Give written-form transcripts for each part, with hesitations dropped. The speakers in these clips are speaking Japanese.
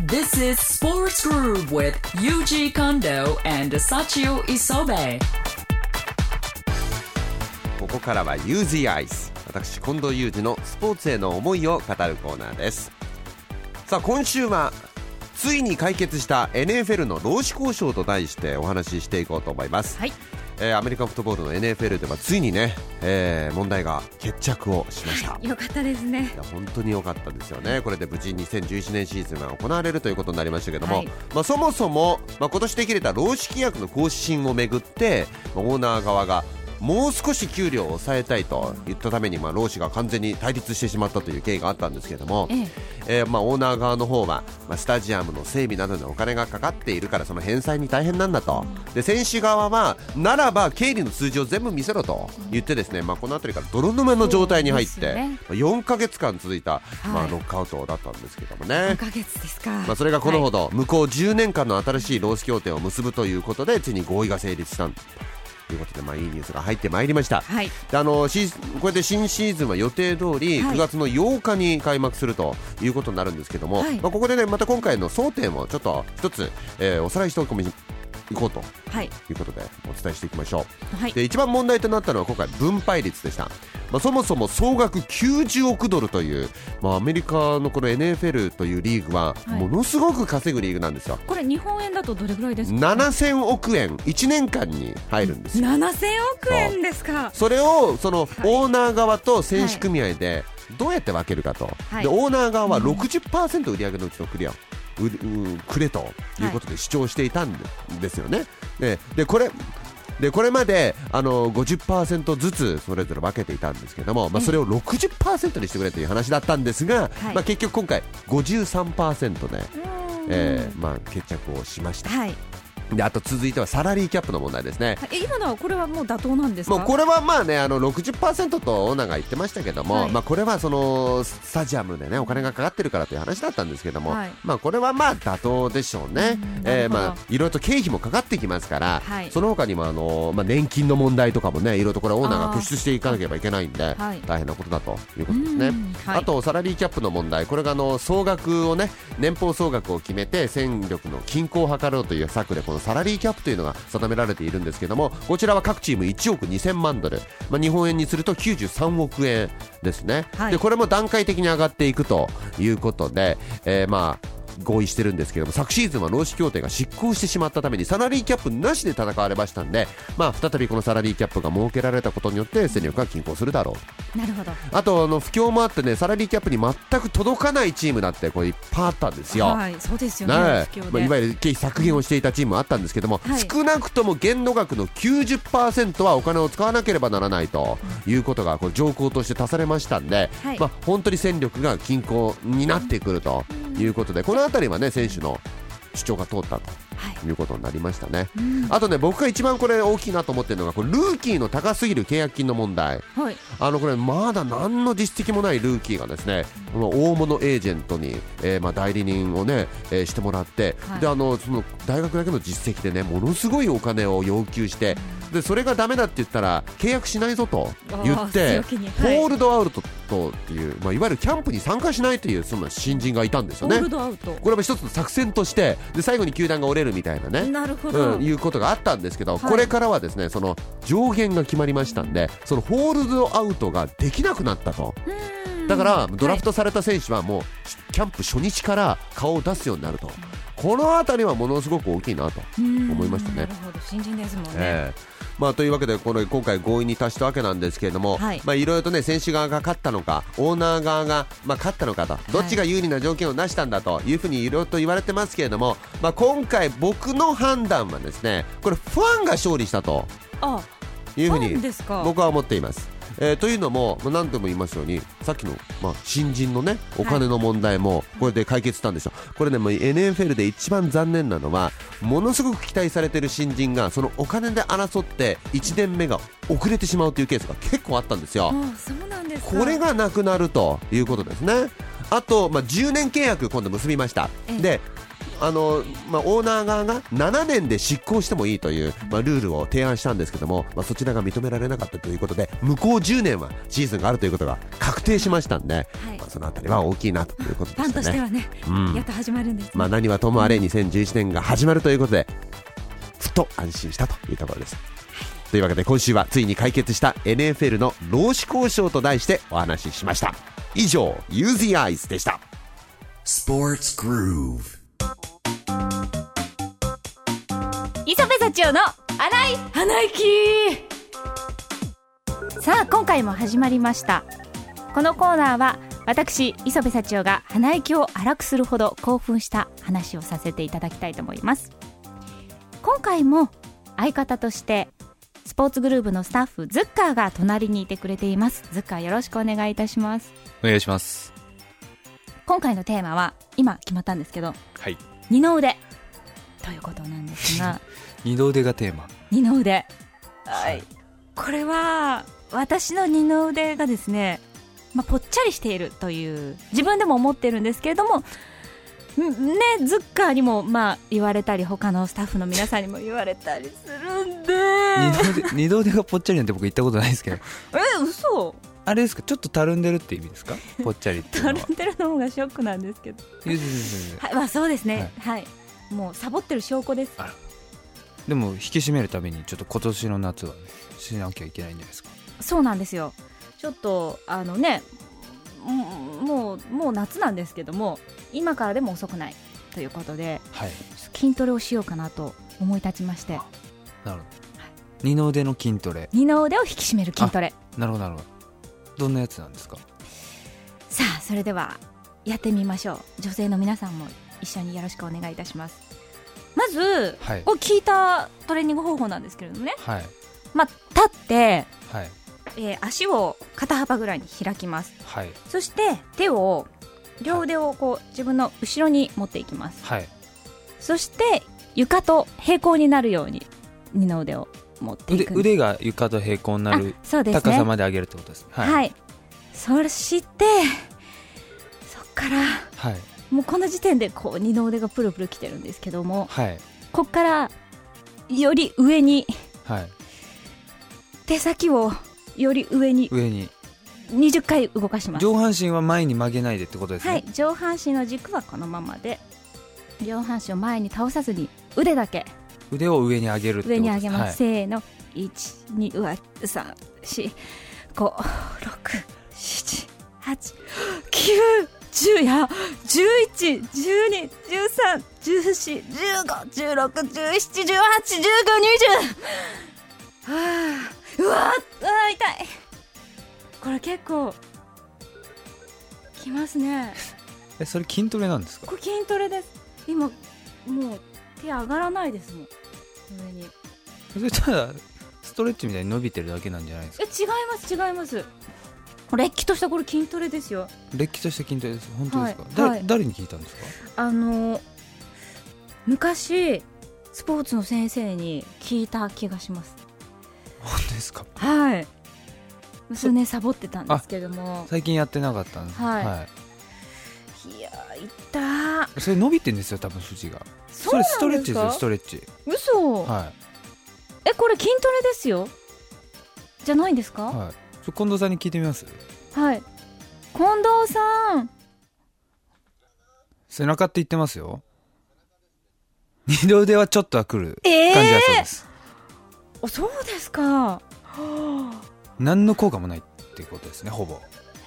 This is Sports Groove with Yuji Kondo and Sachio Isobe。 ここからはユージーアイス、私近藤ユージのスポーツへの思いを語るコーナーです。さあ今週はついに解決した NFL の労使交渉と題してお話ししていこうと思います。 はい。 アメリカンフットボールの NFL ではついにね、問題が決着をしました。 よかったですね。 いや本当に良かったですよね。これで無事2011年シーズンが行われるということになりましたけども、そもそも、今年で切れた労使規約の更新をめぐって、オーナー側がもう少し給料を抑えたいと言ったために、労使が完全に対立してしまったという経緯があったんですけども、オーナー側の方は、スタジアムの整備などにお金がかかっているからその返済に大変なんだと。で選手側はならば経理の数字を全部見せろと言ってですね、このあたりから泥沼の状態に入って、4ヶ月間続いた、ロックアウトだったんですけどもね。 4ヶ月ですか。 それがこのほど、向こう10年間の新しい労使協定を結ぶということでついに合意が成立したということで、いいニュースが入ってまいりました。 はい。 これで新シーズンは予定通り9月の8日に開幕するということになるんですけども、ここでねまた今回の争点をちょっと一つ、おさらいしていこうということでお伝えしていきましょう。で一番問題となったのは今回分配率でした。そもそも総額90億ドルという、アメリカのこの NFL というリーグはものすごく稼ぐリーグなんですよ。 これ日本円だとどれぐらいですか。 7000億円1年間に入るんですよ。 7000億円ですか。 それをそのオーナー側と選手組合でどうやって分けるかと。でオーナー側は 60% 売り上げのうちのくれということで主張していたんですよね。でこれまで50% ずつそれぞれ分けていたんですけども、それを 60% にしてくれという話だったんですが、結局今回 53% で、決着をしました。であと続いてはサラリーキャップの問題ですね。 今のはこれはもう妥当なんですか。 もうこれは60% とオーナーが言ってましたけども、これはそのスタジアムでねお金がかかってるからという話だったんですけども、これは妥当でしょうね。いろいろと経費もかかってきますから、その他にも年金の問題とかもねいろいろとこれオーナーが突出していかなければいけないんで、大変なことだということですね。あとサラリーキャップの問題、これが総額をね年俸総額を決めて戦力の均衡を図ろうという策でこのサラリーキャップというのが定められているんですけども、こちらは各チーム1億2000万ドル、日本円にすると93億円ですね。でこれも段階的に上がっていくということで、合意してるんですけども、昨シーズンは労使協定が失効してしまったためにサラリーキャップなしで戦われましたんで、再びこのサラリーキャップが設けられたことによって戦力が均衡するだろう。 なるほど。 あと不況もあってね、サラリーキャップに全く届かないチームだってこれいっぱいあったんですよ。 そうですよね。 いわゆる経費削減をしていたチームもあったんですけども、少なくとも限度額の 90% はお金を使わなければならないということがこれ条項として足されましたんで、本当に戦力が均衡になってくるということで、このあたりはね選手の主張が通ったということになりましたね。あとね僕が一番これ大きいなと思っているのがこれルーキーの高すぎる契約金の問題。これまだ何の実績もないルーキーがですね大物エージェントに、代理人をね、してもらって、でその大学だけの実績でねものすごいお金を要求して、でそれがダメだって言ったら契約しないぞと言ってホールドアウトっていう、いわゆるキャンプに参加しないというその新人がいたんですよね。これは一つの作戦としてで最後に球団が折れるみたいなね、いうことがあったんですけど、これからはですねその上限が決まりましたんで、そのホールドアウトができなくなったと。だからドラフトされた選手はもうキャンプ初日から顔を出すようになると。このあたりはものすごく大きいなと思いましたね。 なるほど、新人ですもんね。 というわけで今回合意に達したわけなんですけれども、いろいろとね選手側が勝ったのかオーナー側が勝ったのかと、どっちが有利な条件を出したんだというふうにいろいろと言われてますけれども、今回僕の判断はですねこれファンが勝利したというふうに僕は思っています。というのも何度も言いますようにさっきの、新人のねお金の問題もこれで解決したんですよ。これねNFL で一番残念なのはものすごく期待されている新人がそのお金で争って1年目が遅れてしまうというケースが結構あったんですよ。 そうなんですか。 これがなくなるということですね。あと、10年契約今度結びました。でオーナー側が7年で執行してもいいという、ルールを提案したんですけども、そちらが認められなかったということで、向こう10年はシーズンがあるということが確定しましたんで、そのあたりは大きいなということですね。 ファンとしてはね、やっと始まるんです、ね。 何はともあれ2011年が始まるということで、ふと安心したというところです。というわけで今週はついに解決した NFL の労使交渉と題してお話ししました。以上 Use the Eyes でした。 スポーツグルーヴ、 磯部幸男の洗い鼻息。さあ今回も始まりました。このコーナーは私磯部幸男が鼻息を荒くするほど興奮した話をさせていただきたいと思います。今回も相方としてスポーツグループのスタッフズッカーが隣にいてくれています。ズッカーよろしくお願いいたします。 お願いします。 今回のテーマは今決まったんですけど、 はい、 二の腕ということなんですが二の腕がテーマ。 二の腕、はい、これは私の二の腕がですね、ぽっちゃりしているという自分でも思ってるんですけれどもね、ズッカーにも言われたり他のスタッフの皆さんにも言われたりするんで二の腕がぽっちゃりなんて僕言ったことないですけど嘘。あれですか、ちょっとたるんでるって意味ですか、ぽっちゃりっていうのは。 たるんでるの方がショックなんですけどはい、そうですね、はい、もうサボってる証拠です。 あら、でも引き締めるためにちょっと今年の夏は、ね、しなきゃいけないんじゃないですか。 そうなんですよ。ちょっともう夏なんですけども、今からでも遅くないということで、はい、筋トレをしようかなと思い立ちまして。 なるほど、はい、二の腕の筋トレ、 二の腕を引き締める筋トレ。 なるほどなるほど。どんなやつなんですか。 さあそれではやってみましょう。女性の皆さんも一緒によろしくお願いいたします。まず、はい、聞いたトレーニング方法なんですけれどもね、はい、立って、はい、足を肩幅ぐらいに開きます、はい、そして両腕を自分の後ろに持っていきます、はい、そして床と平行になるように二の腕を持っていくんです。 腕が床と平行になる、そうですね、高さまで上げるってことですね。はい、はい、 そしてそっから、はい、もうこの時点で二の腕がプルプルきてるんですけども、はい、こっからより上に、はい、手先をより上に20回動かします。 上半身は前に曲げないでってことですね。 はい、上半身の軸はこのままで、上半身を前に倒さずに腕だけ、 腕を上に上げるってことです。 上に上げます、はい、せーの、1、2、3、4、5、6、7、8、9、10や11、12、13、14、15、16、17、18、19、20。うわー、痛い。これ結構きますね。 それ筋トレなんですか。 これ筋トレです。今もう手上がらないですもん、上に。 それただストレッチみたいに伸びてるだけなんじゃないですか。 違います。れっきとしたこれ筋トレですよ。 れっきとした筋トレです。本当ですか。はい、誰に聞いたんですか。 昔スポーツの先生に聞いた気がします。 本当ですか。 はい、数年サボってたんですけども、 最近やってなかったんです。はい、はい、 いやー、痛ー。 それ伸びてんですよ、多分筋が。 それストレッチですよ、ストレッチ。 嘘。はい、これ筋トレですよ、じゃないんですか。 はい、近藤さんに聞いてみます。 はい、近藤さん、 背中って言ってますよ。二の腕はちょっとはくる感じだそうです。 そうですか。 何の効果もないっていうことですね、ほぼ。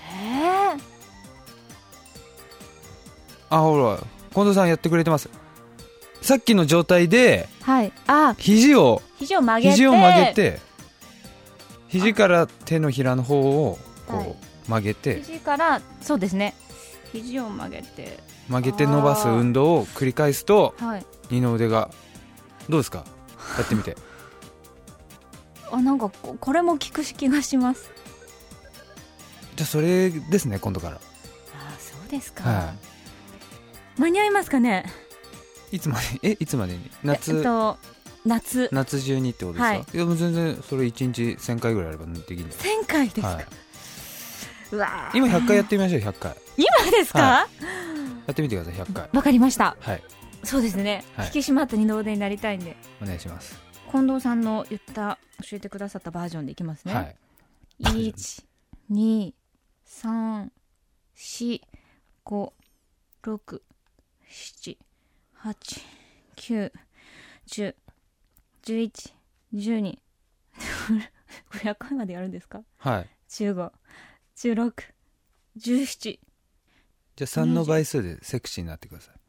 ほら、近藤さんやってくれてます。さっきの状態で、はい、肘を曲げて、肘から手のひらの方をこう曲げて、 肘から、そうですね、肘を曲げて伸ばす運動を繰り返すと、はい、二の腕がどうですか。やってみて。 なんかこれも効く気がします。 じゃあそれですね、今度から。 そうですか。はい、間に合いますかね。 いつまでに。夏中にってことですか。はい、いやもう全然それ1日1000回ぐらいあればできるんじゃない。 1000回ですか。はい、 うわ、今100回やってみましょう。100回今ですか。 はい、やってみてください。100回。 わかりました。 はい、 そうですね、はい、引き締まった二の腕になりたいんでお願いします。 近藤さんの教えてくださったバージョンでいきますね。はい、1、2、3、4、5、6、7、8、9、10、11、12 500回までやるんですか？ はい。 15、16、17。じゃあ3の倍数でセクシーになってくださ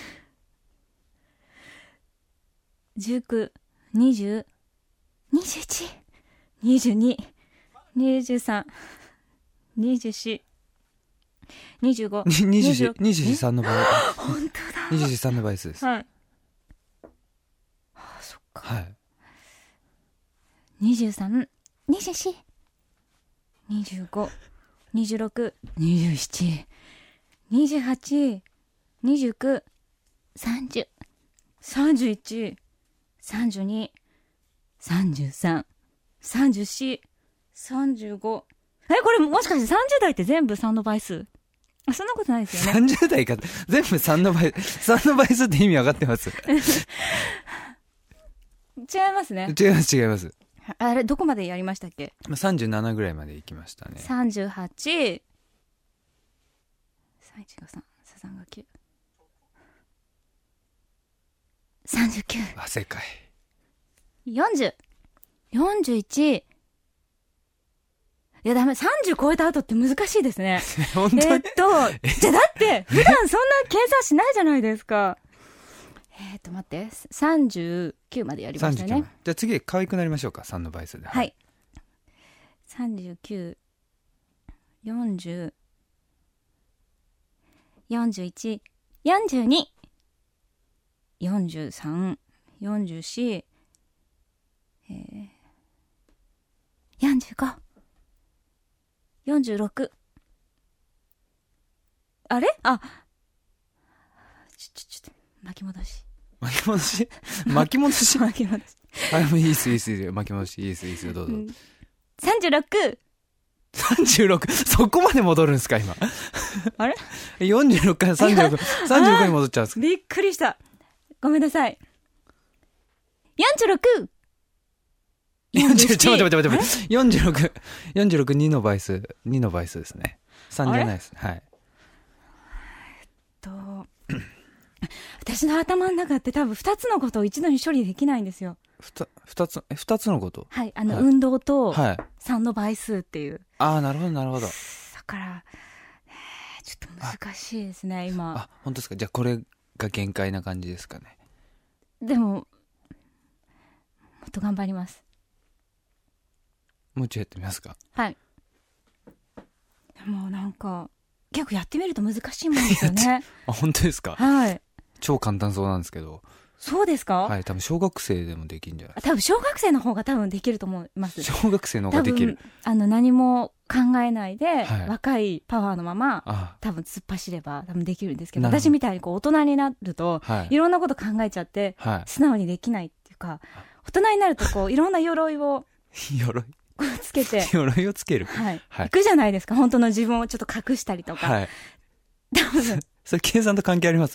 い。19、20、21、22、23、24、25、 23の倍。 本当だ。 23の倍数です。 はい。あ、そっか。 はい。 23、24、25、26、27、28、29、30、31、32、33、34、35。これもしかして30代って全部3の倍数？そんなことないですよね。 30代か全部3の倍数って意味分かってます？ 違いますね。 違います。 あれどこまでやりましたっけ ？37ぐらいまで行きましたね。 38、31が3、3が9、39、 正解。 40、41。いやダメ、30超えた後って難しいですね。 本当にじゃあだって普段そんな計算しないじゃないですか。待って、39までやりましたね。 じゃあ次可愛くなりましょうか、3の倍数で。 はい。39、40、41、42、43、44、45、46。あれ？あ、ちょっと巻き戻し。 あ、もういいっす。巻き戻しいいっすよ、どうぞ。 36。 そこまで戻るんですか今？ あれ ？46から36に戻っちゃうんですか？ びっくりした。ごめんなさい。46。 ちょっと待って。46、2の倍数ですね。3じゃないです。はい。 私の頭の中って多分2つのことを一度に処理できないんですよ。 2つのこと？ はい、運動と3の倍数っていう。 ああ、なるほど。 だから、ちょっと難しいですね、今。 あ、本当ですか？じゃあこれが限界な感じですかね。 でも、もっと頑張ります。 もうちょいやってみますか？ はい。でもなんか、結構やってみると難しいもんですよね。 あ、本当ですか？ はい。 超簡単そうなんですけど。 そうですか？ はい、多分小学生でもできるんじゃないですか。 多分小学生の方が多分できると思います。 小学生の方ができる。 何も考えないで、 はい、 若いパワーのまま多分突っ走れば多分できるんですけど、私みたいに大人になると、はい、いろんなこと考えちゃって、はい、素直にできないっていうか、大人になるといろんな鎧をつけて鎧をつける、 はいはい、行くじゃないですか。本当の自分をちょっと隠したりとか、はい、多分それ計算と関係あります？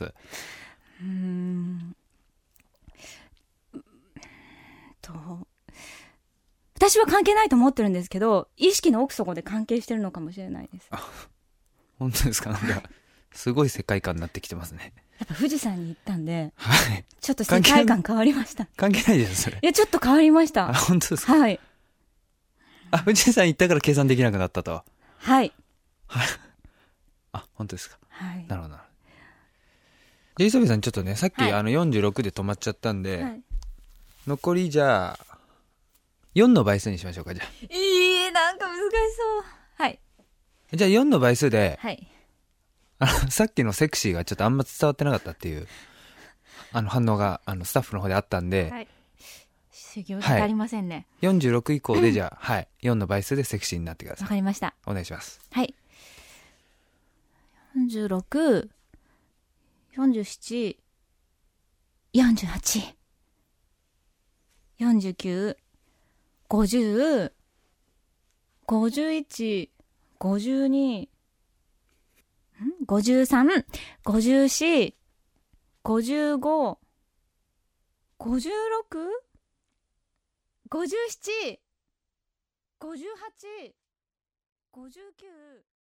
私は関係ないと思ってるんですけど、意識の奥底で関係してるのかもしれないです。 本当ですか？なんかすごい世界観になってきてますね。 やっぱ富士山に行ったんで、 はい、 ちょっと世界観変わりました。 関係ないですそれ。 いやちょっと変わりました。 あ、本当ですか？ はい。 富士山行ったから計算できなくなったと。 はい。 あ、本当ですか？ はい。 なるほど。じゃあ磯部さんちょっとね、さっき、46で止まっちゃったんで、はい、残りじゃあ4の倍数にしましょうか。じゃあなんか難しそう。はい。 じゃあ4の倍数で、 はい、 さっきのセクシーがちょっとあんま伝わってなかったっていう反応がスタッフの方であったんで、 はい、修行してありませんね。 はい、46以降でじゃあ、はい、4の倍数でセクシーになってください。 わかりました。 お願いします。 はい。46、47、48、49、50、51、52、53、54、 55、56、57、58、59